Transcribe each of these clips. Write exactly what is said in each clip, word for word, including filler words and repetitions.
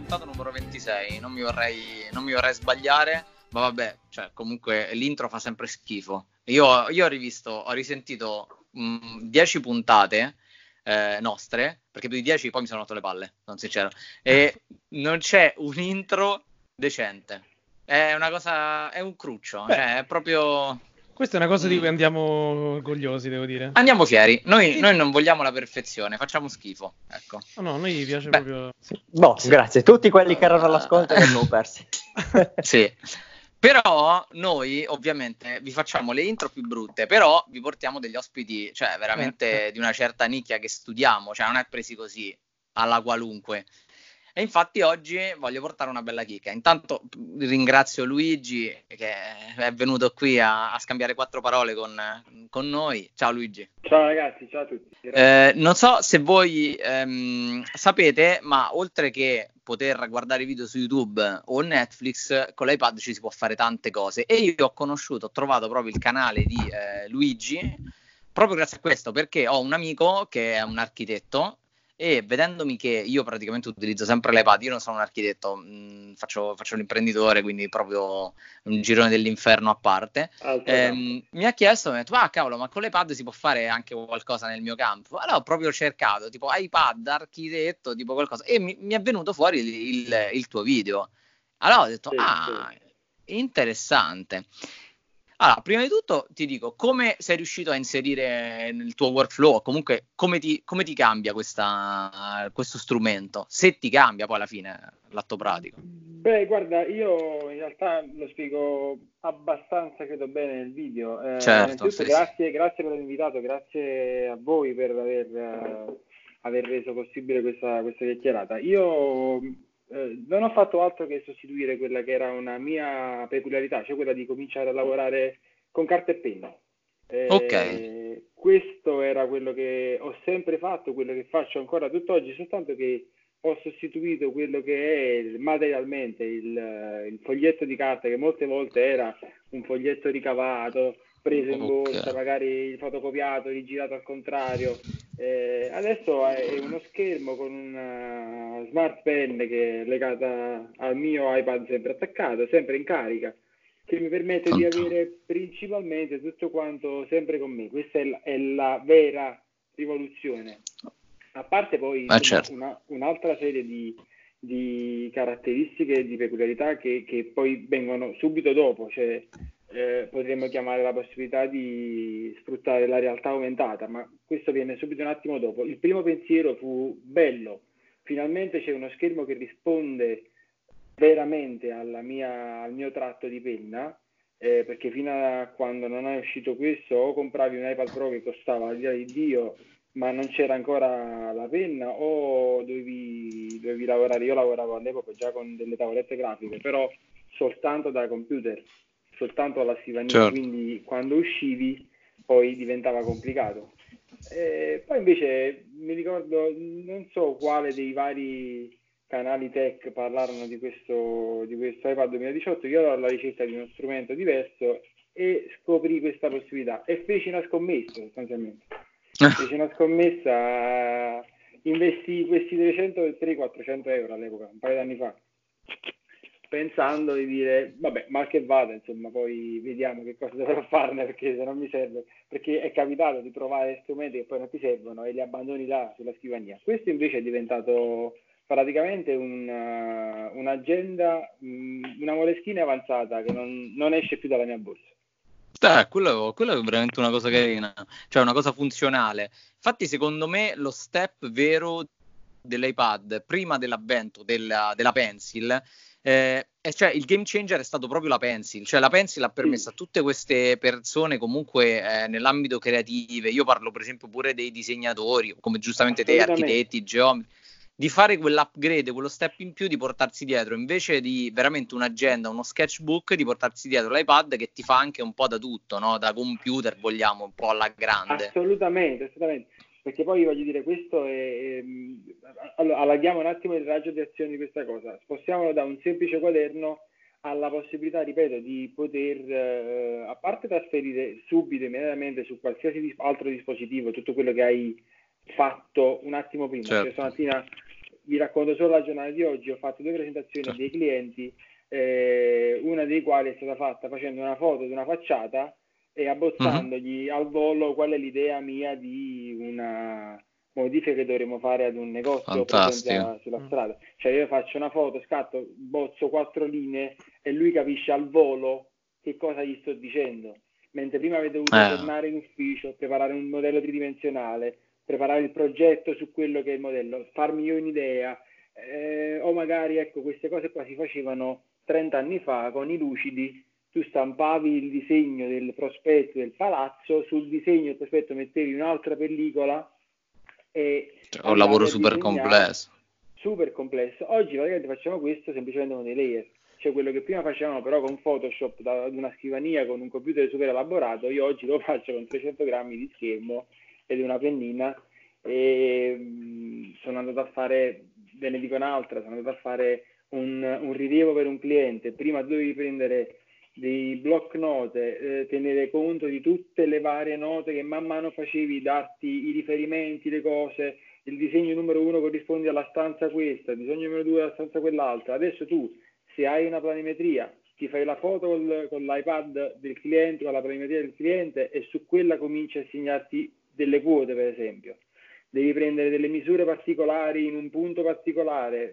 puntata numero ventisei, non mi vorrei, non mi vorrei sbagliare, ma vabbè, cioè comunque l'intro fa sempre schifo. Io, io ho rivisto, ho risentito dieci puntate eh, nostre, perché più di dieci poi mi sono rotto le palle, sono sincero, e non c'è un intro decente. È una cosa, è un cruccio, Beh, cioè è proprio... Questa è una cosa mm. di cui andiamo orgogliosi, devo dire. Andiamo fieri, noi, Sì. noi non vogliamo la perfezione, facciamo schifo, ecco. No, no, a noi piace Beh, proprio... Sì. Boh, sì. grazie. Tutti quelli che erano all'ascolto li abbiamo persi. Sì. Però noi ovviamente vi facciamo le intro più brutte, però vi portiamo degli ospiti, cioè veramente Eh, eh. di una certa nicchia che studiamo, cioè non è presi così alla qualunque. E infatti oggi voglio portare una bella chicca. Intanto ringrazio Luigi che è venuto qui a, a scambiare quattro parole con, con noi. Ciao Luigi. Ciao ragazzi, ciao a tutti. Eh, non so se voi ehm, sapete, ma oltre che poter guardare video su YouTube o Netflix, con l'iPad ci si può fare tante cose. E io ho conosciuto, ho trovato proprio il canale di eh, Luigi proprio grazie a questo, perché ho un amico che è un architetto e vedendomi che io praticamente utilizzo sempre l'iPad, io non sono un architetto, mh, faccio, faccio l'imprenditore, quindi proprio un girone dell'inferno a parte, ehm, mi ha chiesto, mi ha detto, ah cavolo, ma con l'iPad si può fare anche qualcosa nel mio campo? Allora ho proprio cercato, tipo iPad, architetto, tipo qualcosa, e mi, mi è venuto fuori il, il, il tuo video. Allora ho detto, Sì, ah, sì. interessante. Allora, prima di tutto ti dico, come sei riuscito a inserire nel tuo workflow, comunque come ti, come ti cambia questa, questo strumento, se ti cambia poi alla fine l'atto pratico? Beh, guarda, io in realtà lo spiego abbastanza, credo bene nel video. Eh, Certo, innanzitutto sì, grazie, sì. grazie per aver invitato, grazie a voi per aver, uh, aver reso possibile questa, questa chiacchierata. Io eh, non ho fatto altro che sostituire quella che era una mia peculiarità, cioè quella di cominciare a lavorare con carta e penna. Eh, Ok. Questo era quello che ho sempre fatto, quello che faccio ancora tutt'oggi, soltanto che ho sostituito quello che è materialmente il, il foglietto di carta, che molte volte era un foglietto ricavato, preso in borsa, Okay. magari fotocopiato, rigirato al contrario. Eh, adesso è uno schermo con una smart pen che è legata al mio iPad sempre attaccato, sempre in carica, che mi permette di Fantastico. avere principalmente tutto quanto sempre con me. Questa è la, è la vera rivoluzione. A parte poi Eh, insomma, certo. una, un'altra serie di, di caratteristiche e di peculiarità che, che poi vengono subito dopo, cioè eh, potremmo chiamare la possibilità di sfruttare la realtà aumentata, ma questo viene subito un attimo dopo. Il primo pensiero fu bello, finalmente c'è uno schermo che risponde veramente alla mia, al mio tratto di penna, eh, perché fino a quando non è uscito questo o compravi un iPad Pro che costava l'ira di Dio ma non c'era ancora la penna o dovevi, dovevi lavorare, io lavoravo all'epoca già con delle tavolette grafiche, però soltanto da computer, soltanto alla scrivania, Certo. quindi quando uscivi poi diventava complicato. E poi invece mi ricordo, non so quale dei vari canali tech parlarono di questo, di questo iPad duemiladiciotto, io ero alla ricerca di uno strumento diverso e scoprì questa possibilità e feci una scommessa sostanzialmente. Feci una scommessa, investì questi trecento per quattrocento euro all'epoca, un paio d'anni fa, pensando di dire, vabbè, mal che vada, insomma, poi vediamo che cosa dovrò farne perché se non mi serve, perché è capitato di provare strumenti che poi non ti servono e li abbandoni là sulla scrivania. Questo invece è diventato praticamente un, uh, un'agenda, um, una Moleskine avanzata che non, non esce più dalla mia borsa. Eh, quello, quello è veramente una cosa carina, cioè una cosa funzionale. Infatti, secondo me, lo step vero dell'iPad prima dell'avvento della, della Pencil, eh, è, cioè il game changer è stato proprio la Pencil, cioè la Pencil ha permesso Sì. a tutte queste persone comunque eh, nell'ambito creative, io parlo per esempio pure dei disegnatori, come giustamente te, architetti, geometri, di fare quell'upgrade, quello step in più, di portarsi dietro, invece di veramente un'agenda, uno sketchbook, di portarsi dietro l'iPad che ti fa anche un po' da tutto, no? Da computer, vogliamo, un po' alla grande. Assolutamente, assolutamente. Perché poi voglio dire, questo è... è allora, allarghiamo un attimo il raggio di azione di questa cosa. Spostiamolo da un semplice quaderno alla possibilità, ripeto, di poter, eh, a parte trasferire subito, immediatamente, su qualsiasi dis- altro dispositivo, tutto quello che hai fatto un attimo prima. Certo. Cioè stamattina vi racconto solo la giornata di oggi. Ho fatto due presentazioni a dei clienti, eh, una dei quali è stata fatta facendo una foto di una facciata e abbozzandogli uh-huh. al volo qual è l'idea mia di una modifica che dovremmo fare ad un negozio presente sulla strada. Cioè io faccio una foto, scatto, bozzo quattro linee e lui capisce al volo che cosa gli sto dicendo. Mentre prima avevo dovuto eh. tornare in ufficio, preparare un modello tridimensionale, preparare il progetto su quello che è il modello, farmi io un'idea, eh, o magari ecco queste cose qua si facevano trenta anni fa con i lucidi. Tu stampavi il disegno del prospetto del palazzo, sul disegno del prospetto mettevi un'altra pellicola e cioè, un lavoro super complesso. Super complesso. Oggi praticamente facciamo questo semplicemente con dei layer. Cioè quello che prima facevamo però con Photoshop da, ad una scrivania con un computer super elaborato, io oggi lo faccio con trecento grammi di schermo ed una pennina e mh, sono andato a fare, ve ne dico un'altra, sono andato a fare un, un rilievo per un cliente. Prima dovevi prendere dei block note, eh, tenere conto di tutte le varie note che man mano facevi, darti i riferimenti, le cose, il disegno numero uno corrisponde alla stanza questa, il disegno numero due alla stanza quell'altra. Adesso tu, se hai una planimetria, ti fai la foto col, con l'iPad del cliente, con la planimetria del cliente e su quella cominci a segnarti delle quote, per esempio. Devi prendere delle misure particolari in un punto particolare.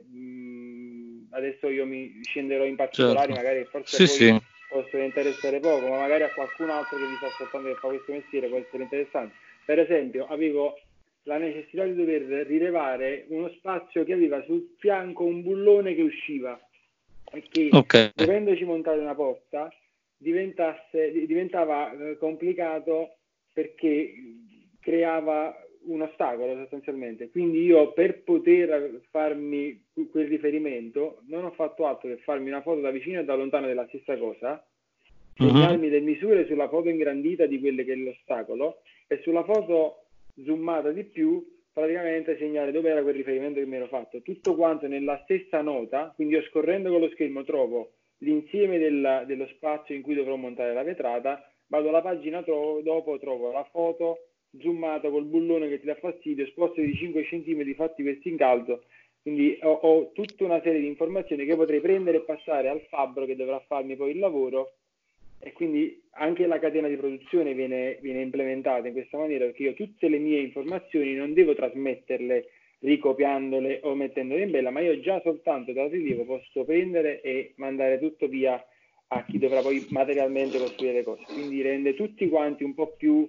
Mm, adesso io mi scenderò in particolari, certo. Magari forse sì, poi sì. possono interessare poco, ma magari a qualcun altro che vi sta ascoltando che fa questo mestiere può essere interessante. Per esempio, avevo la necessità di dover rilevare uno spazio che aveva sul fianco un bullone che usciva e che, okay. dovendoci montare una porta, diventasse, diventava eh, complicato perché creava un ostacolo sostanzialmente. Quindi io, per poter farmi quel riferimento, non ho fatto altro che farmi una foto da vicino e da lontano della stessa cosa, segnarmi uh-huh. le misure sulla foto ingrandita di quelle che è l'ostacolo e sulla foto zoomata di più praticamente segnare dove era quel riferimento che mi ero fatto, tutto quanto nella stessa nota. Quindi io, scorrendo con lo schermo, trovo l'insieme della, dello spazio in cui dovrò montare la vetrata, vado alla pagina trovo, dopo trovo la foto zoomata col bullone che ti dà fastidio, sposto di cinque centimetri, fatti questo incalzo. Quindi ho, ho tutta una serie di informazioni che potrei prendere e passare al fabbro che dovrà farmi poi il lavoro, e quindi anche la catena di produzione viene, viene implementata in questa maniera, perché io tutte le mie informazioni non devo trasmetterle ricopiandole o mettendole in bella, ma io già soltanto dal rilievo posso prendere e mandare tutto via a chi dovrà poi materialmente costruire le cose. Quindi rende tutti quanti un po' più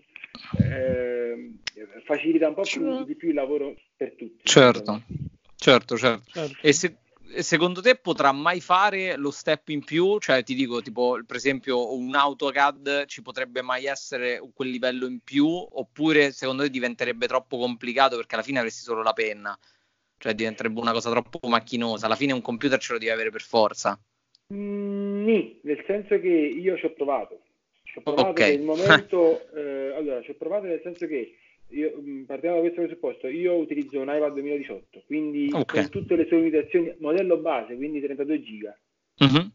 eh, facilita un po' più di più il lavoro per tutti. Certo, certo, certo. certo. E se secondo te potrà mai fare lo step in più? Cioè ti dico, tipo, per esempio un AutoCAD ci potrebbe mai essere quel livello in più, oppure secondo te diventerebbe troppo complicato perché alla fine avresti solo la penna, cioè diventerebbe una cosa troppo macchinosa? Alla fine un computer ce lo devi avere per forza. Mm, nì, nel senso che io ci ho provato ci ho provato okay. Per il momento eh, allora ci ho provato nel senso che io, partiamo da questo presupposto, io utilizzo un iPad duemiladiciotto, quindi okay. Con tutte le sue limitazioni, modello base, quindi trentadue giga. Uh-huh.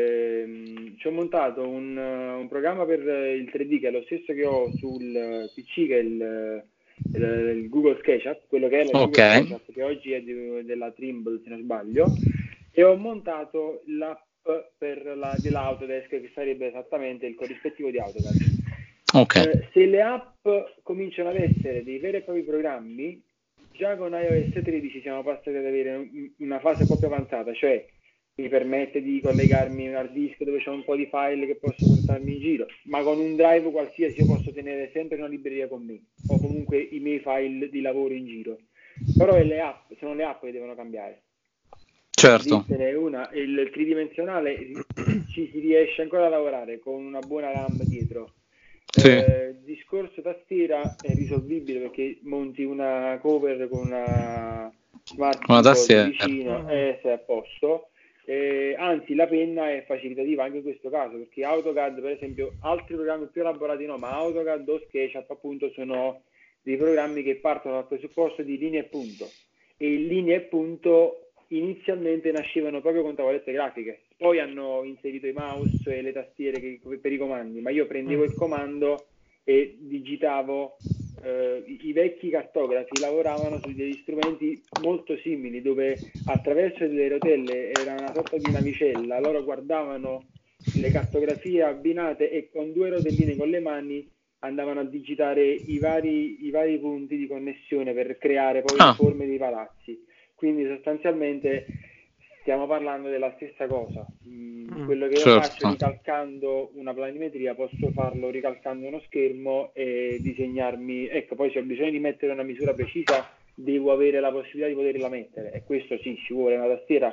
Eh, ci ho montato un, un programma per il tre D che è lo stesso che ho sul P C, che è il, il, il Google SketchUp, quello che è il okay. Google SketchUp, che oggi è di, della Trimble se non sbaglio, e ho montato l'app per la, dell'Autodesk, che sarebbe esattamente il corrispettivo di AutoCAD. Okay. Eh, se le app cominciano ad essere dei veri e propri programmi, già con iOS tredici siamo passati ad avere una fase un po' più avanzata, cioè mi permette di collegarmi a un hard disk dove c'è un po' di file che posso portarmi in giro, ma con un drive qualsiasi io posso tenere sempre una libreria con me, o comunque i miei file di lavoro in giro. Però le app, sono le app che devono cambiare. Certo. Una, il tridimensionale ci si riesce ancora a lavorare con una buona RAM dietro. Sì. Eh, discorso tastiera è risolvibile perché monti una cover con una smart keyboard vicino e sei a posto. Eh, anzi, la penna è facilitativa anche in questo caso, perché AutoCAD, per esempio, altri programmi più elaborati no, ma AutoCAD o SketchUp appunto sono dei programmi che partono dal presupposto di linea e punto, e linea e punto inizialmente nascevano proprio con tavolette grafiche, poi hanno inserito i mouse e le tastiere che, per i comandi, ma io prendevo il comando e digitavo eh, i, i vecchi cartografi lavoravano su degli strumenti molto simili, dove attraverso delle rotelle, era una sorta di navicella, loro guardavano le cartografie abbinate e con due rotelline con le mani andavano a digitare i vari, i vari punti di connessione per creare poi Ah. le forme dei palazzi. Quindi sostanzialmente stiamo parlando della stessa cosa. Mm, quello che io certo. faccio ricalcando una planimetria posso farlo ricalcando uno schermo e disegnarmi. Ecco, poi se ho bisogno di mettere una misura precisa devo avere la possibilità di poterla mettere, e questo sì, ci vuole una tastiera,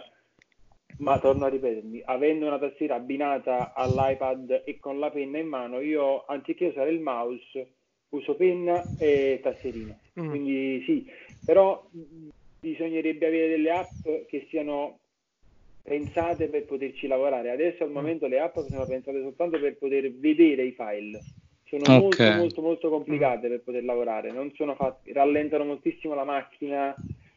ma torno a ripetermi, avendo una tastiera abbinata all'iPad e con la penna in mano, io anziché usare il mouse uso penna e tastierina. Mm. Quindi sì, però mh, bisognerebbe avere delle app che siano pensate per poterci lavorare. Adesso al momento le app sono pensate soltanto per poter vedere i file, sono Ok. molto molto molto complicate per poter lavorare, non sono fatti, rallentano moltissimo la macchina,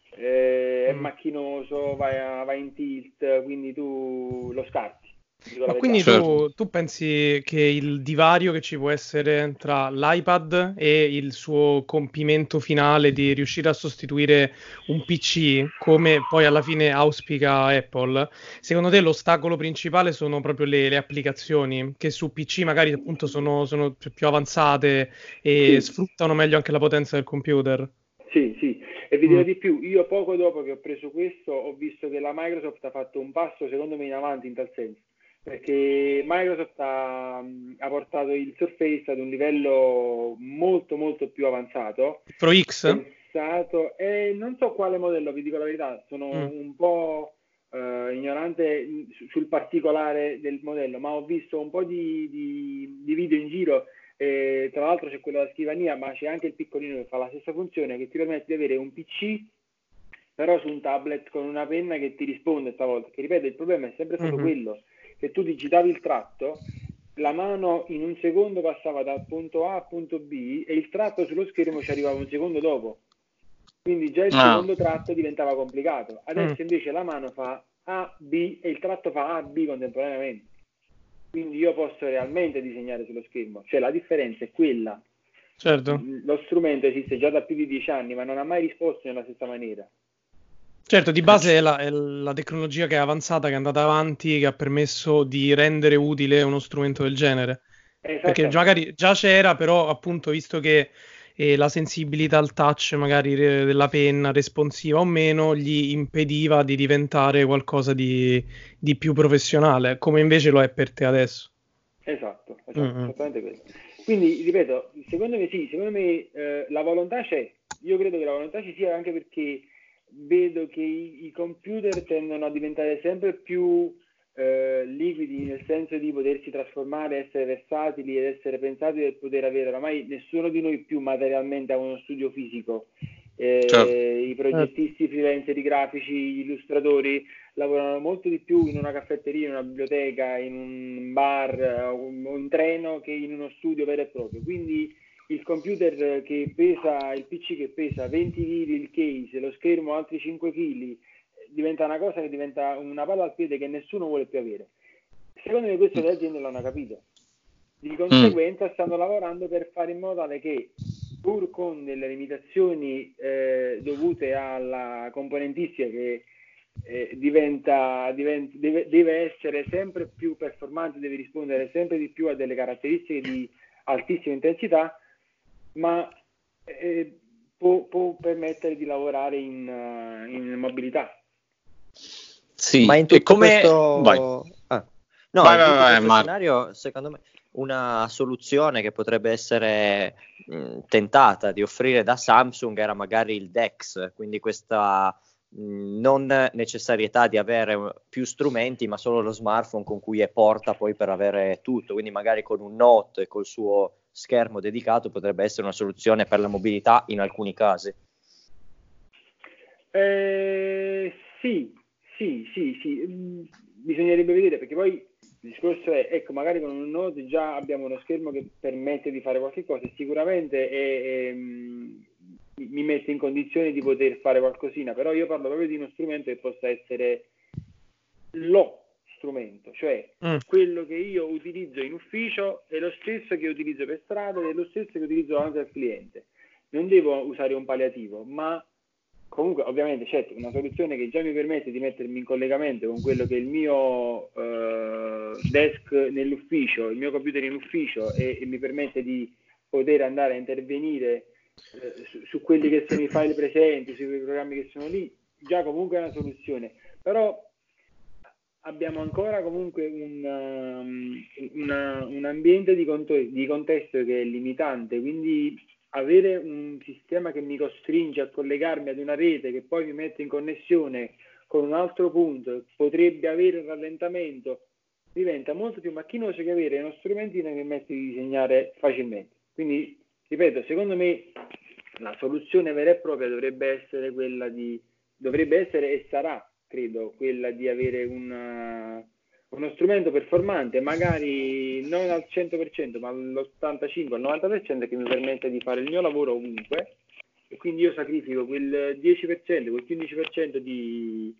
eh, è Mm. macchinoso, vai, a- vai in tilt, quindi tu lo scarti. dico la Ma verità. quindi Certo. tu, tu pensi che il divario che ci può essere tra l'iPad e il suo compimento finale di riuscire a sostituire un P C, come poi alla fine auspica Apple, secondo te l'ostacolo principale sono proprio le, le applicazioni, che su P C magari appunto sono, sono più più avanzate e Sì. sfruttano meglio anche la potenza del computer? Sì, sì, e vi dirò Mm. di più, io poco dopo che ho preso questo ho visto che la Microsoft ha fatto un passo secondo me in avanti in tal senso, perché Microsoft ha, ha portato il Surface ad un livello molto molto più avanzato, Pro X? pensato, e non so quale modello, vi dico la verità, sono Mm. un po' eh, ignorante su- sul particolare del modello, ma ho visto un po' di, di- di video in giro. E tra l'altro c'è quello da scrivania, ma c'è anche il piccolino che fa la stessa funzione, che ti permette di avere un P C però su un tablet con una penna che ti risponde stavolta. Che ripeto, il problema è sempre stato Mhm. quello, che tu digitavi il tratto, la mano in un secondo passava dal punto A al punto B e il tratto sullo schermo ci arrivava un secondo dopo. Quindi già il Ah. secondo tratto diventava complicato. Adesso Mm. invece la mano fa A, B e il tratto fa A, B contemporaneamente. Quindi io posso realmente disegnare sullo schermo. Cioè la differenza è quella. Certo. Lo strumento esiste già da più di dieci anni, ma non ha mai risposto nella stessa maniera. Certo, di base è la, è la tecnologia che è avanzata, che è andata avanti, che ha permesso di rendere utile uno strumento del genere. Perché Esattamente. magari già c'era, però appunto visto che eh, la sensibilità al touch magari re- della penna, responsiva o meno, gli impediva di diventare qualcosa di, di più professionale, come invece lo è per te adesso. Esatto, esatto, Mm-mm. esattamente quello. Quindi, ripeto, secondo me sì, secondo me eh, la volontà c'è. Io credo che la volontà ci sia anche perché vedo che i, i computer tendono a diventare sempre più eh, liquidi, nel senso di potersi trasformare, essere versatili ed essere pensati per poter avere, oramai nessuno di noi più materialmente ha uno studio fisico. Eh, Certo. I progettisti, freelancer, i grafici, gli illustratori lavorano molto di più in una caffetteria, in una biblioteca, in un bar eh, o in treno che in uno studio vero e proprio. Quindi il computer che pesa, il P C che pesa venti chili il case, lo schermo altri cinque chili, diventa una cosa che diventa una palla al piede che nessuno vuole più avere. Secondo me questo le aziende l'hanno capito. Di conseguenza stanno lavorando per fare in modo tale che, pur con delle limitazioni eh, dovute alla componentistica che eh, diventa, diventa, deve, deve essere sempre più performante, deve rispondere sempre di più a delle caratteristiche di altissima intensità, ma eh, può, può permettere di lavorare in, uh, in mobilità. Sì, Ma in e tutto come... questo... Vai. Ah. No, Vai, in vai, tutto vai, questo Marco. scenario, secondo me, una soluzione che potrebbe essere mh, tentata di offrire da Samsung era magari il DeX, quindi questa mh, non necessarietà di avere più strumenti, ma solo lo smartphone con cui è porta poi per avere tutto, quindi magari con un Note e col suo schermo dedicato potrebbe essere una soluzione per la mobilità in alcuni casi. Eh, sì, sì, sì, sì. Mm, bisognerebbe vedere perché poi il discorso è, ecco, magari con un Note già abbiamo uno schermo che permette di fare qualche cosa e sicuramente è, è, mh, mi mette in condizione di poter fare qualcosina, però io parlo proprio di uno strumento che possa essere lo strumento, cioè Mm. quello che io utilizzo in ufficio è lo stesso che utilizzo per strada ed è lo stesso che utilizzo anche al cliente. non devo usare un palliativo, ma comunque ovviamente certo una soluzione che già mi permette di mettermi in collegamento con quello che è il mio eh, desk nell'ufficio, il mio computer in ufficio e, e mi permette di poter andare a intervenire eh, su, su quelli che sono i file presenti, sui programmi che sono lì, già comunque è una soluzione. Però abbiamo ancora comunque un, um, una, un ambiente di, conto, di contesto che è limitante, quindi avere un sistema che mi costringe a collegarmi ad una rete che poi mi mette in connessione con un altro punto, potrebbe avere un rallentamento, diventa molto più macchinoso che avere uno strumentino che mi mette di disegnare facilmente. Quindi, ripeto, secondo me la soluzione vera e propria dovrebbe essere quella di, dovrebbe essere e sarà, credo, quella di avere una, uno strumento performante, magari non al cento per cento, ma all'ottantacinque al novanta per cento, che mi permette di fare il mio lavoro ovunque, e quindi io sacrifico quel dieci per cento, quel quindici per cento di,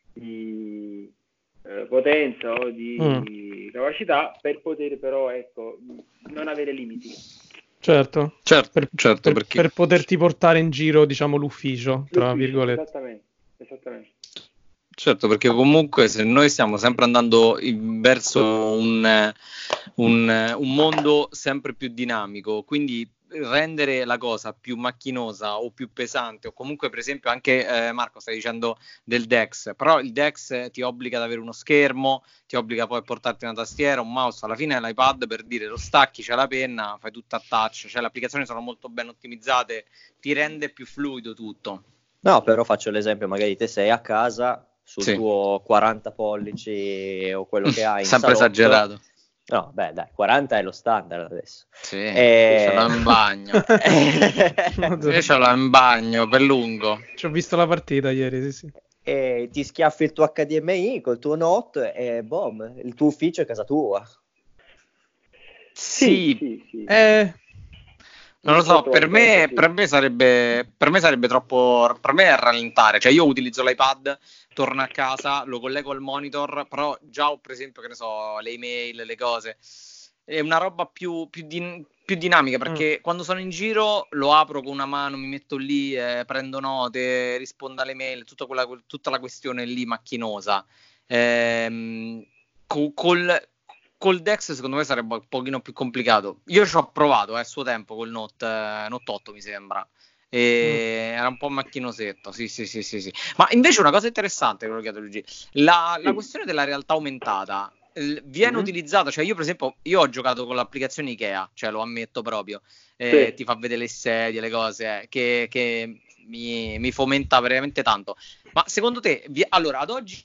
di eh, potenza o di mm. capacità per poter però, ecco, non avere limiti. Certo, certo, per, certo per, perché... per poterti portare in giro, diciamo, l'ufficio, tra l'ufficio, virgolette. Esattamente, esattamente. Certo, perché comunque se noi stiamo sempre andando in- verso un, un, un mondo sempre più dinamico, quindi rendere la cosa più macchinosa o più pesante, o comunque per esempio anche eh, Marco stai dicendo del DeX, però il DeX ti obbliga ad avere uno schermo, ti obbliga poi a portarti una tastiera, un mouse, alla fine l'iPad, per dire, lo stacchi, c'è la penna, fai tutto a touch, cioè le applicazioni sono molto ben ottimizzate, ti rende più fluido tutto. No, però faccio l'esempio, magari te sei a casa sul Sì. tuo quaranta pollici o quello che hai in sempre salotto. Esagerato. No, beh, dai, quaranta è lo standard adesso. Sì, e... ce l'ho in bagno. Io ce l'ho in bagno per lungo. Ci ho visto la partita ieri, sì, sì. E ti schiaffi il tuo H D M I col tuo Note e boom, il tuo ufficio è casa tua. Sì, sì, sì. Eh... non lo so, per me, per me sarebbe per me sarebbe troppo, per me è rallentare, cioè io utilizzo l'iPad, torno a casa, lo collego al monitor, però già ho per esempio, che ne so, le email, le cose, è una roba più, più, din- più dinamica, perché mm. quando sono in giro lo apro con una mano, mi metto lì, eh, prendo note, rispondo alle mail, tutta, quella, tutta la questione lì macchinosa. Ehm, co- col... Col DeX secondo me sarebbe un pochino più complicato. Io ci ho provato eh, a suo tempo col Note, eh, Note otto mi sembra, e mm. era un po' macchinosetto, sì, sì, sì, sì, sì. Ma invece una cosa interessante che lo chiedo, Luigi, la, la questione della realtà aumentata eh, viene mm-hmm. utilizzata, cioè io per esempio, io ho giocato con l'applicazione Ikea, cioè lo ammetto proprio, eh, sì. Ti fa vedere le sedie, le cose, eh, che, che mi, mi fomenta veramente tanto. Ma secondo te, vi, allora, ad oggi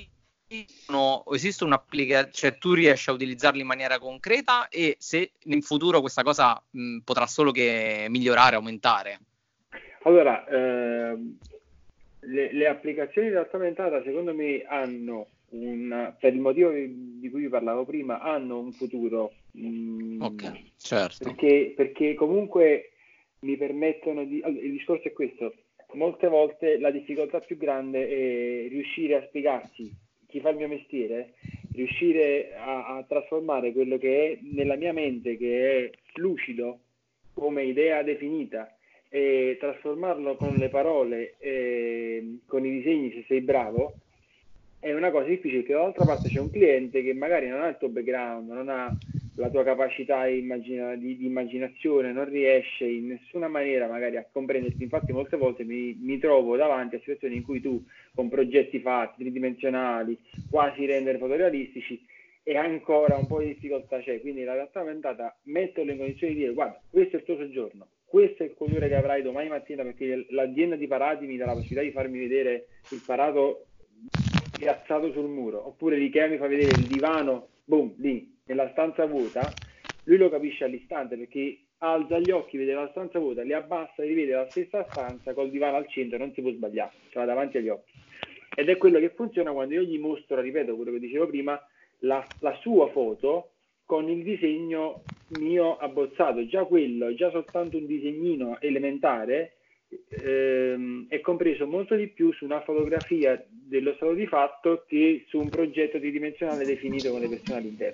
No, esiste un'applicazione, cioè tu riesci a utilizzarli in maniera concreta, e se in futuro questa cosa mh, potrà solo che migliorare, aumentare? Allora, ehm, le, le applicazioni di realtà aumentata secondo me hanno un, per il motivo di cui vi parlavo prima, hanno un futuro. Mh, ok, certo. Perché, perché comunque mi permettono di... Allora, il discorso è questo: molte volte la difficoltà più grande è riuscire a spiegarsi, chi fa il mio mestiere, riuscire a, a trasformare quello che è nella mia mente, che è lucido come idea definita, e trasformarlo con le parole, e con i disegni, se sei bravo, è una cosa difficile, che dall'altra parte c'è un cliente che magari non ha il tuo background, non ha la tua capacità immagina, di, di immaginazione, non riesce in nessuna maniera magari a comprenderti. Infatti molte volte mi, mi trovo davanti a situazioni in cui tu, con progetti fatti, tridimensionali, quasi render fotorealistici, e ancora un po' di difficoltà c'è. Quindi la realtà aumentata, metterlo in condizioni di dire: guarda, questo è il tuo soggiorno, questo è il colore che avrai domani mattina, perché l'azienda di parati mi dà la possibilità di farmi vedere il parato piazzato sul muro, oppure l'Ikea mi fa vedere il divano, boom, lì nella stanza vuota. Lui lo capisce all'istante, perché alza gli occhi, vede la stanza vuota, li abbassa e rivede la stessa stanza col divano al centro, non si può sbagliare, ce l'ha davanti agli occhi. Ed è quello che funziona quando io gli mostro, ripeto quello che dicevo prima, la, la sua foto con il disegno mio abbozzato. Già quello, già soltanto un disegnino elementare, ehm, è compreso molto di più su una fotografia dello stato di fatto che su un progetto tridimensionale definito con le persone all'interno.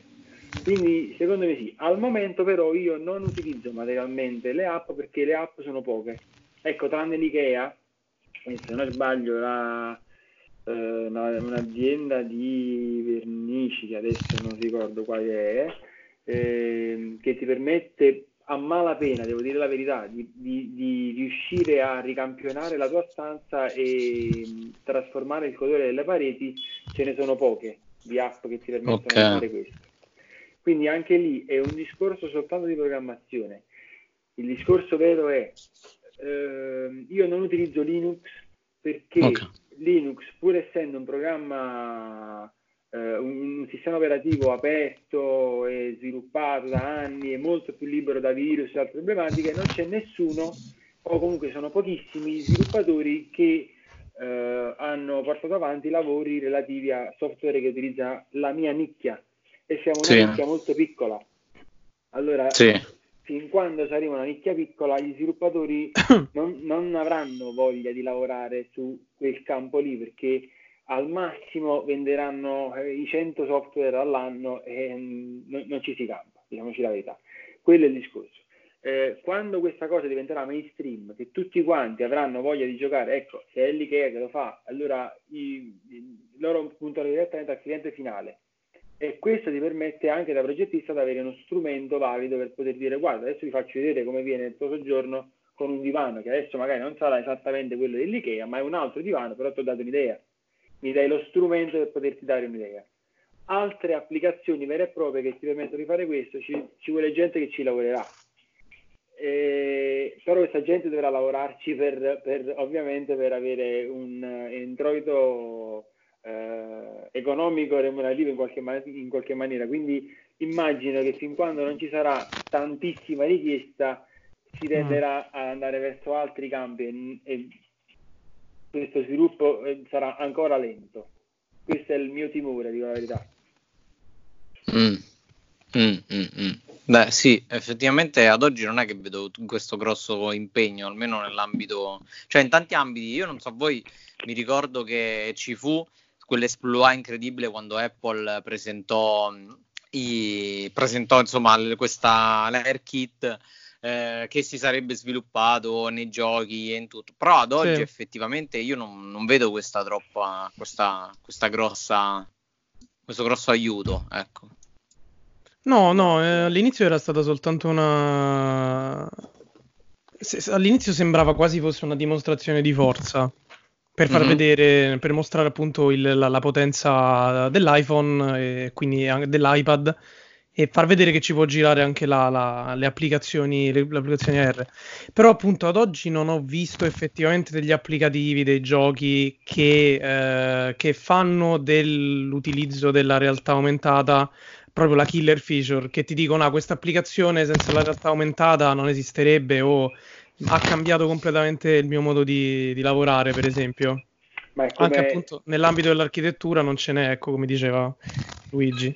Quindi secondo me sì. Al momento però io non utilizzo materialmente le app perché le app sono poche. Ecco, tranne l'Ikea, e se non sbaglio la, eh, una, un'azienda di vernici, che adesso non ricordo quale è, eh, che ti permette a malapena, devo dire la verità, di, di, di riuscire a ricampionare la tua stanza e trasformare il colore delle pareti, ce ne sono poche di app che ti permettono Okay. di fare questo. Quindi anche lì è un discorso soltanto di programmazione. Il discorso vero è, eh, io non utilizzo Linux perché Ok. Linux, pur essendo un programma, eh, un, un sistema operativo aperto e sviluppato da anni, è molto più libero da virus e altre problematiche, non c'è nessuno, o comunque sono pochissimi sviluppatori che eh, hanno portato avanti lavori relativi a software che utilizza la mia nicchia, e siamo una Sì. nicchia molto piccola. Allora, Sì. fin quando saremo una nicchia piccola, gli sviluppatori non, non avranno voglia di lavorare su quel campo lì, perché al massimo venderanno eh, i cento software all'anno e mm, non, non ci si campa, diciamoci la verità. Quello è il discorso. Eh, quando questa cosa diventerà mainstream, che tutti quanti avranno voglia di giocare, ecco, se è l'Ikea che lo fa, allora i, i, loro puntano direttamente al cliente finale. E questo ti permette anche da progettista di avere uno strumento valido per poter dire: guarda, adesso vi faccio vedere come viene il tuo soggiorno con un divano, che adesso magari non sarà esattamente quello dell'Ikea, ma è un altro divano, però ti ho dato un'idea, mi dai lo strumento per poterti dare un'idea. Altre applicazioni vere e proprie che ti permettono di fare questo, ci, ci vuole gente che ci lavorerà, e, però questa gente dovrà lavorarci per, per ovviamente per avere un uh, introito eh, economico remunerativo in qualche, man- in qualche maniera. Quindi immagino che fin quando non ci sarà tantissima richiesta si tenderà a andare verso altri campi e, e questo sviluppo eh, sarà ancora lento. Questo è il mio timore, dico la verità. Mm. Mm, mm, mm. Beh, sì, effettivamente ad oggi non è che vedo t- questo grosso impegno, almeno nell'ambito, cioè in tanti ambiti. Io non so voi, mi ricordo che ci fu quell'esploit incredibile quando Apple presentò mm, i, presentò insomma l- questa l'AirKit eh, che si sarebbe sviluppato nei giochi e in tutto. Però ad oggi Sì. effettivamente io non, non vedo questa troppa, questa, questa grossa, questo grosso aiuto, ecco. No, No, no, eh, no. all'inizio era stata soltanto una... se- se- all'inizio sembrava quasi fosse una dimostrazione di forza per far Mhm. vedere, per mostrare appunto il- la, la potenza dell'iPhone e quindi anche dell'iPad e far vedere che ci può girare anche la- la- le applicazioni, le, le applicazioni A R. Però appunto ad oggi non ho visto effettivamente degli applicativi, dei giochi che, eh, che fanno dell'utilizzo della realtà aumentata proprio la killer feature, che ti dicono: ah, questa applicazione senza la realtà aumentata non esisterebbe, o ha cambiato completamente il mio modo di, di lavorare, per esempio. Ma è Anche come... appunto nell'ambito dell'architettura non ce n'è, ecco, come diceva Luigi.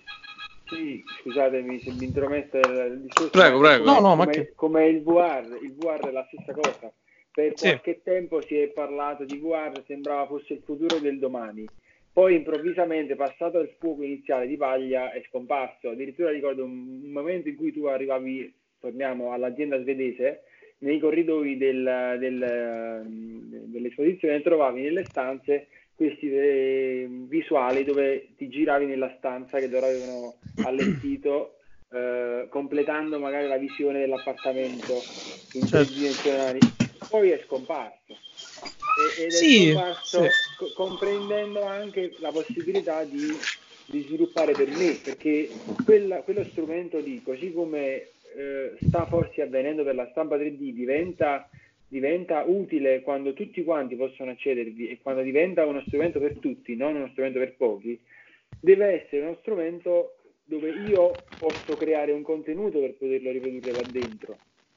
Sì, scusatemi se mi intrometto nel discorso, Prego, ma è prego. No, come, no, ma come, che... come il V R. Il V R è la stessa cosa. Per Sì, qualche tempo si è parlato di V R, sembrava fosse il futuro del domani. Poi improvvisamente, passato il fuoco iniziale di paglia, è scomparso. Addirittura ricordo un, un momento in cui tu arrivavi, torniamo all'azienda svedese, nei corridoi del, del, dell'esposizione trovavi nelle stanze questi eh, visuali dove ti giravi nella stanza che loro avevano allestito, eh, completando magari la visione dell'appartamento in tre certo. dimensionali. Poi è scomparso e, ed è Sì, scomparso sì. co- comprendendo anche la possibilità di, di sviluppare per me, perché quella, quello strumento lì, così come eh, sta forse avvenendo per la stampa tre D, diventa diventa utile quando tutti quanti possono accedervi e quando diventa uno strumento per tutti, non uno strumento per pochi. Deve essere uno strumento dove io posso creare un contenuto per poterlo riprodurre là dentro.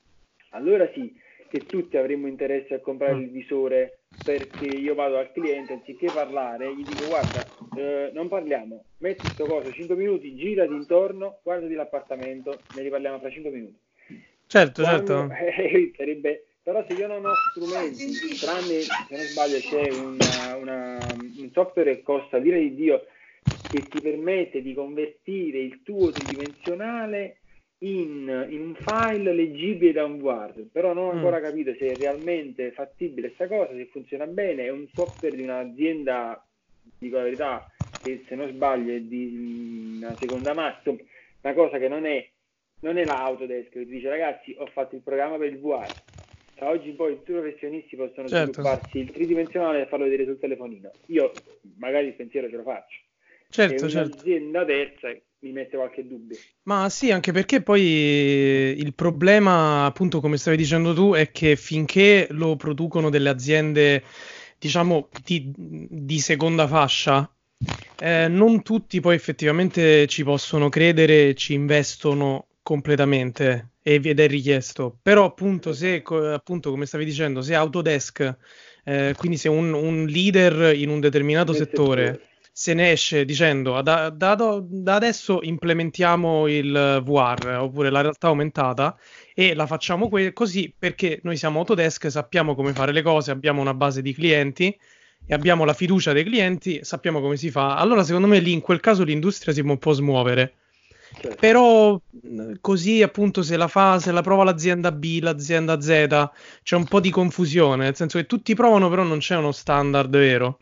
Allora sì, che tutti avremmo interesse a comprare il visore, perché io vado al cliente, anziché parlare, gli dico: guarda, eh, non parliamo, metti sto coso cinque minuti, girati intorno, guardati l'appartamento, ne riparliamo fra cinque minuti. Certo, Quando, certo. eh, sarebbe, però se io non ho strumenti, tranne, se non sbaglio, c'è una, una, un software che costa, dire di Dio, che ti permette di convertire il tuo tridimensionale in, in un file leggibile da un Word, però non ho ancora mm. capito se è realmente fattibile questa cosa, se funziona bene. È un software di un'azienda, dico la verità, che se non sbaglio è di una seconda mano, una cosa che non è, non è la Autodesk che ti dice ragazzi ho fatto il programma per il V R. Da oggi in poi tutti i professionisti possono certo. svilupparsi il tridimensionale e farlo vedere sul telefonino. Io magari il pensiero ce lo faccio. Certo, è certo. Un'azienda terza mi mette qualche dubbio. Ma sì, anche perché poi il problema, appunto, come stavi dicendo tu, è che finché lo producono delle aziende, diciamo, di, di seconda fascia, eh, non tutti poi effettivamente ci possono credere, ci investono completamente ed è richiesto. Però appunto se, appunto, come stavi dicendo, se Autodesk, eh, quindi se un, un leader in un determinato settore, settore se ne esce dicendo da, da, da adesso implementiamo il V R oppure la realtà aumentata e la facciamo que- così perché noi siamo Autodesk, sappiamo come fare le cose, abbiamo una base di clienti e abbiamo la fiducia dei clienti, sappiamo come si fa, allora secondo me lì in quel caso l'industria si può un po' smuovere. Certo. Però così appunto se la fa, se la prova l'azienda B, l'azienda Z, c'è un po' di confusione, nel senso che tutti provano però non c'è uno standard vero.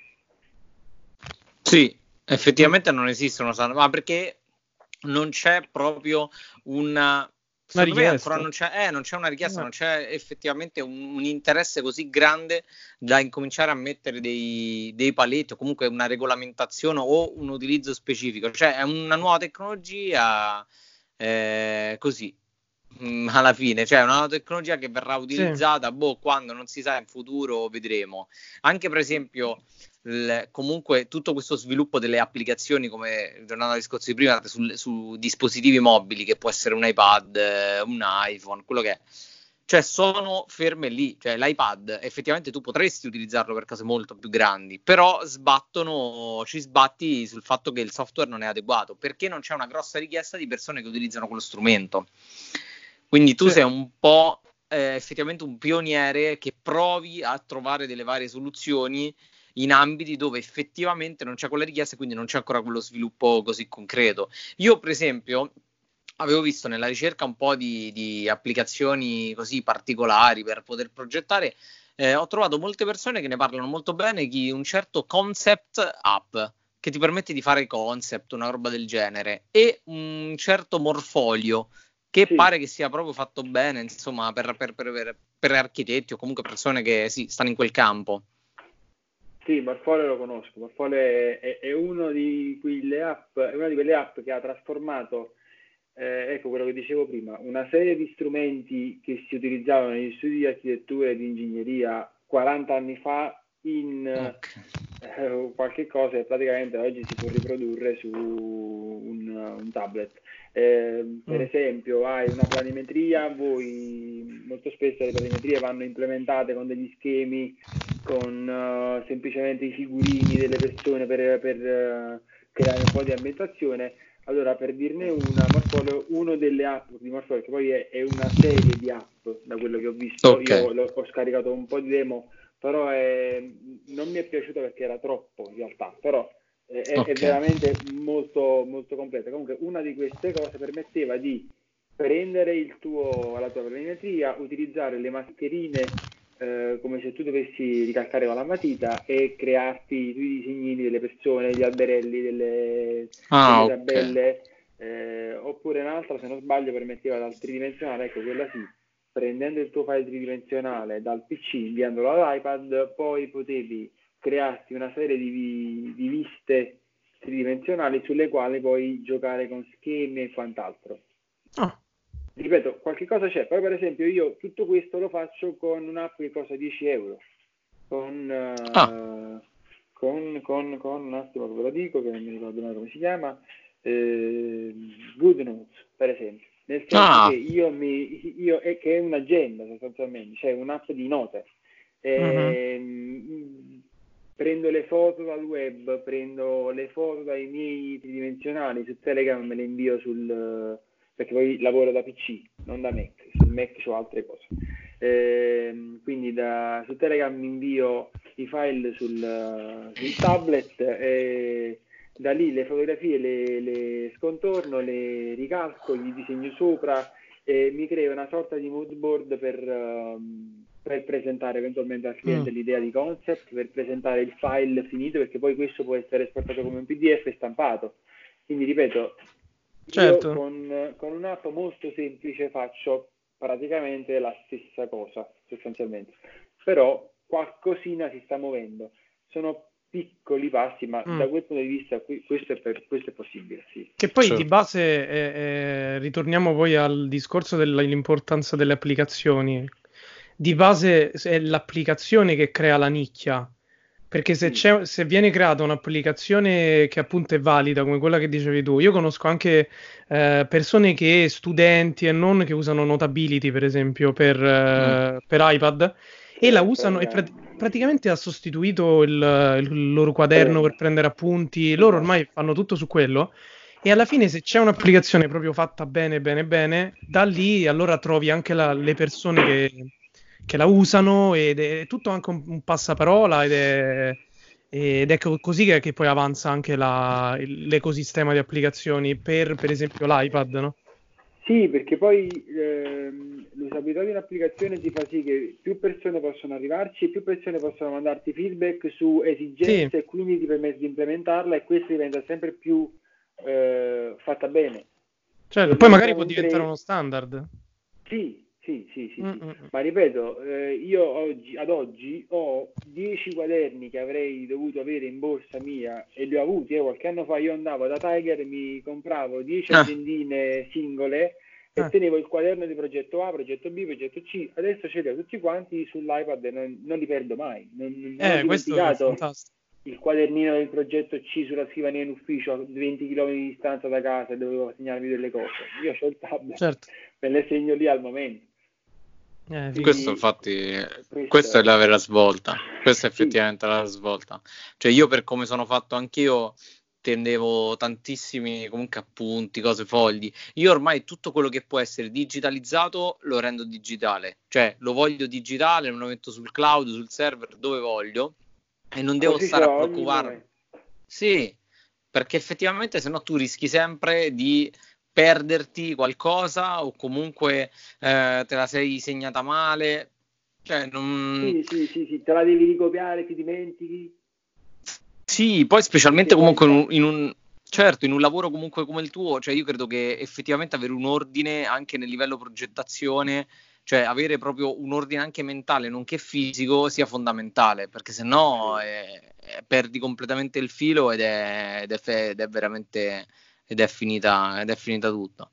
Sì, effettivamente non esistono, ma perché non c'è proprio una... Secondo me ancora non c'è, eh, non c'è una richiesta, eh. non c'è effettivamente un, un interesse così grande da incominciare a mettere dei, dei paletti o comunque una regolamentazione o un utilizzo specifico. Cioè è una nuova tecnologia eh, così, mh, alla fine. Cioè è una nuova tecnologia che verrà utilizzata, sì. boh, quando non si sa, in futuro vedremo. Anche per esempio... Il, comunque tutto questo sviluppo delle applicazioni, come tornando al discorso di prima, su, su dispositivi mobili, che può essere un iPad, un iPhone, quello che è, cioè sono ferme lì. Cioè l'iPad effettivamente tu potresti utilizzarlo per cose molto più grandi, però sbattono, ci sbatti sul fatto che il software non è adeguato, perché non c'è una grossa richiesta di persone che utilizzano quello strumento. Quindi tu sì. sei un po' eh, effettivamente un pioniere che provi a trovare delle varie soluzioni in ambiti dove effettivamente non c'è quella richiesta e quindi non c'è ancora quello sviluppo così concreto. Io per esempio avevo visto nella ricerca un po' di, di applicazioni così particolari per poter progettare, eh, ho trovato molte persone che ne parlano molto bene di un certo concept app che ti permette di fare concept, una roba del genere, e un certo Morfolio che sì. pare che sia proprio fatto bene, insomma, per, per, per, per, per architetti o comunque persone che sì, stanno in quel campo. Sì, Morfolio lo conosco. Morfolio è, è, è, uno di quelle app, è una di quelle app che ha trasformato, eh, ecco quello che dicevo prima, una serie di strumenti che si utilizzavano negli studi di architettura e di ingegneria quaranta anni fa in okay. eh, qualche cosa che praticamente oggi si può riprodurre su un, un tablet. Eh, mm. Per esempio hai una planimetria, voi molto spesso le planimetrie vanno implementate con degli schemi, con uh, semplicemente i figurini delle persone per, per uh, creare un po' di ambientazione. Allora, per dirne una, Morfolio, uno delle app di Morfolio, che poi è, è una serie di app, da quello che ho visto, okay. io lo, ho scaricato un po' di demo, però è, non mi è piaciuto perché era troppo in realtà, però è, okay. è veramente molto, molto completa. Comunque una di queste cose permetteva di prendere il tuo, la tua planimetria, utilizzare le mascherine eh, come se tu dovessi ricalcare con la matita e crearti i tuoi disegnini delle persone, degli alberelli, delle, ah, delle tabelle, okay. eh, oppure un'altra, se non sbaglio, permetteva dal tridimensionale, ecco quella sì, prendendo il tuo file tridimensionale dal P C, inviandolo all'iPad, poi potevi crearti una serie di, di viste tridimensionali sulle quali puoi giocare con schemi e quant'altro. Oh. Ripeto, qualche cosa c'è, poi per esempio io tutto questo lo faccio con un'app che costa dieci euro, con, uh, ah. con, con, con un attimo che ve lo dico, che non mi ricordo mai come si chiama, eh, GoodNotes per esempio. Nel senso ah. che io mi io è che è un'agenda sostanzialmente, cioè un'app di note. E, uh-huh. Prendo le foto dal web, prendo le foto dai miei tridimensionali su Telegram, me le invio sul perché poi lavoro da P C, non da Mac, sul Mac c'ho altre cose. E, quindi da su Telegram mi invio i file sul, sul tablet e da lì le fotografie le, le scontorno, le ricalco, gli disegno sopra e mi creo una sorta di mood board per, um, per presentare eventualmente al cliente Mm. l'idea di concept, per presentare il file finito, perché poi questo può essere esportato come un P D F e stampato. Quindi ripeto, Certo. io con, con un'app molto semplice faccio praticamente la stessa cosa sostanzialmente, però qualcosina si sta muovendo. Sono piccoli passi, ma Mm. da quel punto di vista qui, questo, è per, questo è possibile, sì. Che poi Certo. di base, eh, eh, ritorniamo poi al discorso dell'importanza delle applicazioni. Di base è l'applicazione che crea la nicchia, perché se, Mm. c'è, se viene creata un'applicazione che appunto è valida, come quella che dicevi tu, io conosco anche eh, persone che, studenti e non, che usano Notability per esempio per, eh, per iPad e la Certo, usano e eh. prat- praticamente ha sostituito il, il loro quaderno per prendere appunti, loro ormai fanno tutto su quello. E alla fine, se c'è un'applicazione proprio fatta bene, bene, bene, da lì allora trovi anche la- le persone che, che la usano ed è tutto anche un, un passaparola ed è, ed è co- così che, che poi avanza anche la- il- l'ecosistema di applicazioni per, per esempio, l'iPad, no? Sì, perché poi ehm, l'usabilità di un'applicazione ti fa sì che più persone possono arrivarci e più persone possono mandarti feedback su esigenze Sì. e quindi ti permette di implementarla e questo diventa sempre più eh, fatta bene. Certo, Se poi noi magari siamo può in diventare tre, uno standard. sì, sì, sì, sì, sì. Mm-mm. Ma ripeto, eh, io oggi, ad oggi ho dieci quaderni che avrei dovuto avere in borsa mia e li ho avuti, eh, qualche anno fa io andavo da Tiger e mi compravo dieci Ah. agendine singole e Ah. tenevo il quaderno di progetto A, progetto B, progetto C, adesso ce li ho tutti quanti sull'iPad e non, non li perdo mai, non, non ho Eh, questo è dimenticato fantastico. il quadernino del progetto C sulla scrivania in ufficio a venti chilometri di distanza da casa e dovevo segnarmi delle cose, io ho il tablet, Certo. me le segno lì al momento. Eh, Quindi- figo. Questo infatti, questo questa è è- la vera svolta, questa è Sì. effettivamente la svolta. Cioè io per come sono fatto anch'io tendevo tantissimi comunque appunti, cose, fogli. Io ormai tutto quello che può essere digitalizzato lo rendo digitale, cioè lo voglio digitale, me lo metto sul cloud, sul server, dove voglio e non devo Così stare ce a l'ho ogni preoccuparmi. momento. Sì, perché effettivamente se no tu rischi sempre di perderti qualcosa o comunque eh, te la sei segnata male. Cioè, non... Sì, sì, sì, sì, te la devi ricopiare, ti dimentichi. Sì, poi specialmente Perché comunque in poi un, in un- certo, in un lavoro comunque come il tuo, cioè io credo che effettivamente avere un ordine anche nel livello progettazione, cioè avere proprio un ordine anche mentale, nonché fisico, sia fondamentale, perché se no Sì. eh, eh, perdi completamente il filo ed è, ed è, fe- ed è veramente ed è finita, ed è finita tutto.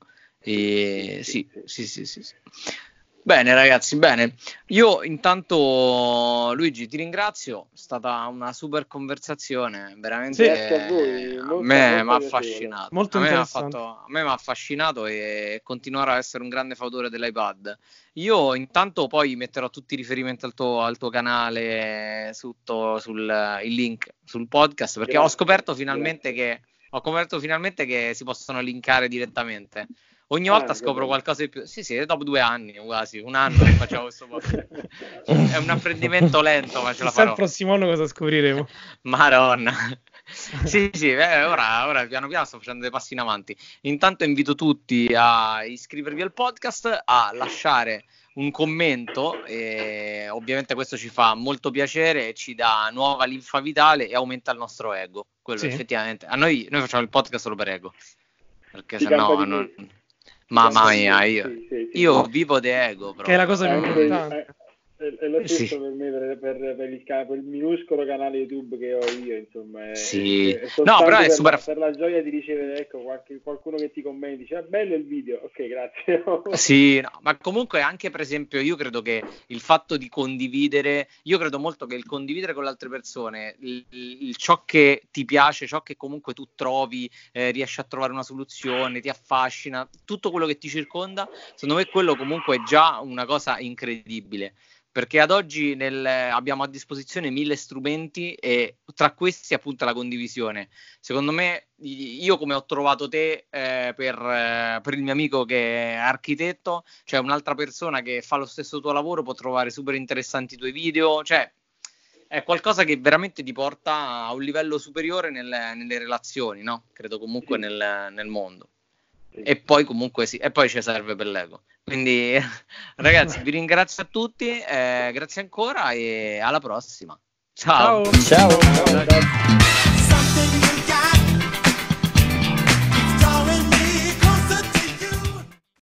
E, sì, sì, sì, sì, sì, sì, sì. Bene ragazzi, bene. Io intanto Luigi ti ringrazio, è stata una super conversazione, veramente Sì. Grazie a voi, eh, a molto- me molto mi ha piacevole. affascinato. Molto A me mi ha interessante. fatto, a me mi ha affascinato e continuerò a essere un grande fautore dell'iPad. Io intanto poi metterò tutti i riferimenti al tuo, al tuo canale sotto sul il link sul podcast perché ho Grazie, scoperto finalmente grazie. che ho scoperto finalmente che si possono linkare direttamente. Ogni Ah, volta che scopro bello. qualcosa di più. Sì, sì, dopo due anni, quasi, un anno che facciamo questo podcast. È un apprendimento lento, ma ce la Chissà il farò. prossimo anno cosa scopriremo. Madonna. Sì, sì, eh, ora, ora piano piano sto facendo dei passi in avanti. Intanto invito tutti a iscrivervi al podcast, a lasciare un commento e ovviamente questo ci fa molto piacere e ci dà nuova linfa vitale e aumenta il nostro ego. Quello Sì. effettivamente. A noi, noi facciamo il podcast solo per ego. Perché Si se no campa di non... questo. Si Mamma campa di mia, questo, io, sì, sì, sì, io sì. vivo di ego Che è la proprio. cosa più Anche importante. eh, è, è lo stesso Sì. per me, per, per- per il, ca- per il minuscolo canale YouTube che ho io, insomma, è, Sì. è No, soltanto però è per, super- la, per la gioia di ricevere, ecco, qualche- qualcuno che ti commenti, dice, ah, bello il video, ok, grazie. Sì, no, ma comunque anche per esempio io credo che il fatto di condividere, io credo molto che il condividere con le altre persone il, il- ciò che ti piace, ciò che comunque tu trovi, eh, riesci a trovare una soluzione, ti affascina, tutto quello che ti circonda, secondo me quello comunque è già una cosa incredibile. Perché ad oggi nel, abbiamo a disposizione mille strumenti e tra questi appunto la condivisione. Secondo me, io come ho trovato te eh, per, eh, per il mio amico che è architetto, cioè un'altra persona che fa lo stesso tuo lavoro può trovare super interessanti i tuoi video, cioè è qualcosa che veramente ti porta a un livello superiore nelle, nelle relazioni, no? Credo comunque Sì. nel, nel mondo. Sì. E poi comunque sì, e poi ci serve per l'ego. Quindi ragazzi, vi ringrazio a tutti, eh, grazie ancora e alla prossima. Ciao. Ciao. Ciao. Ciao.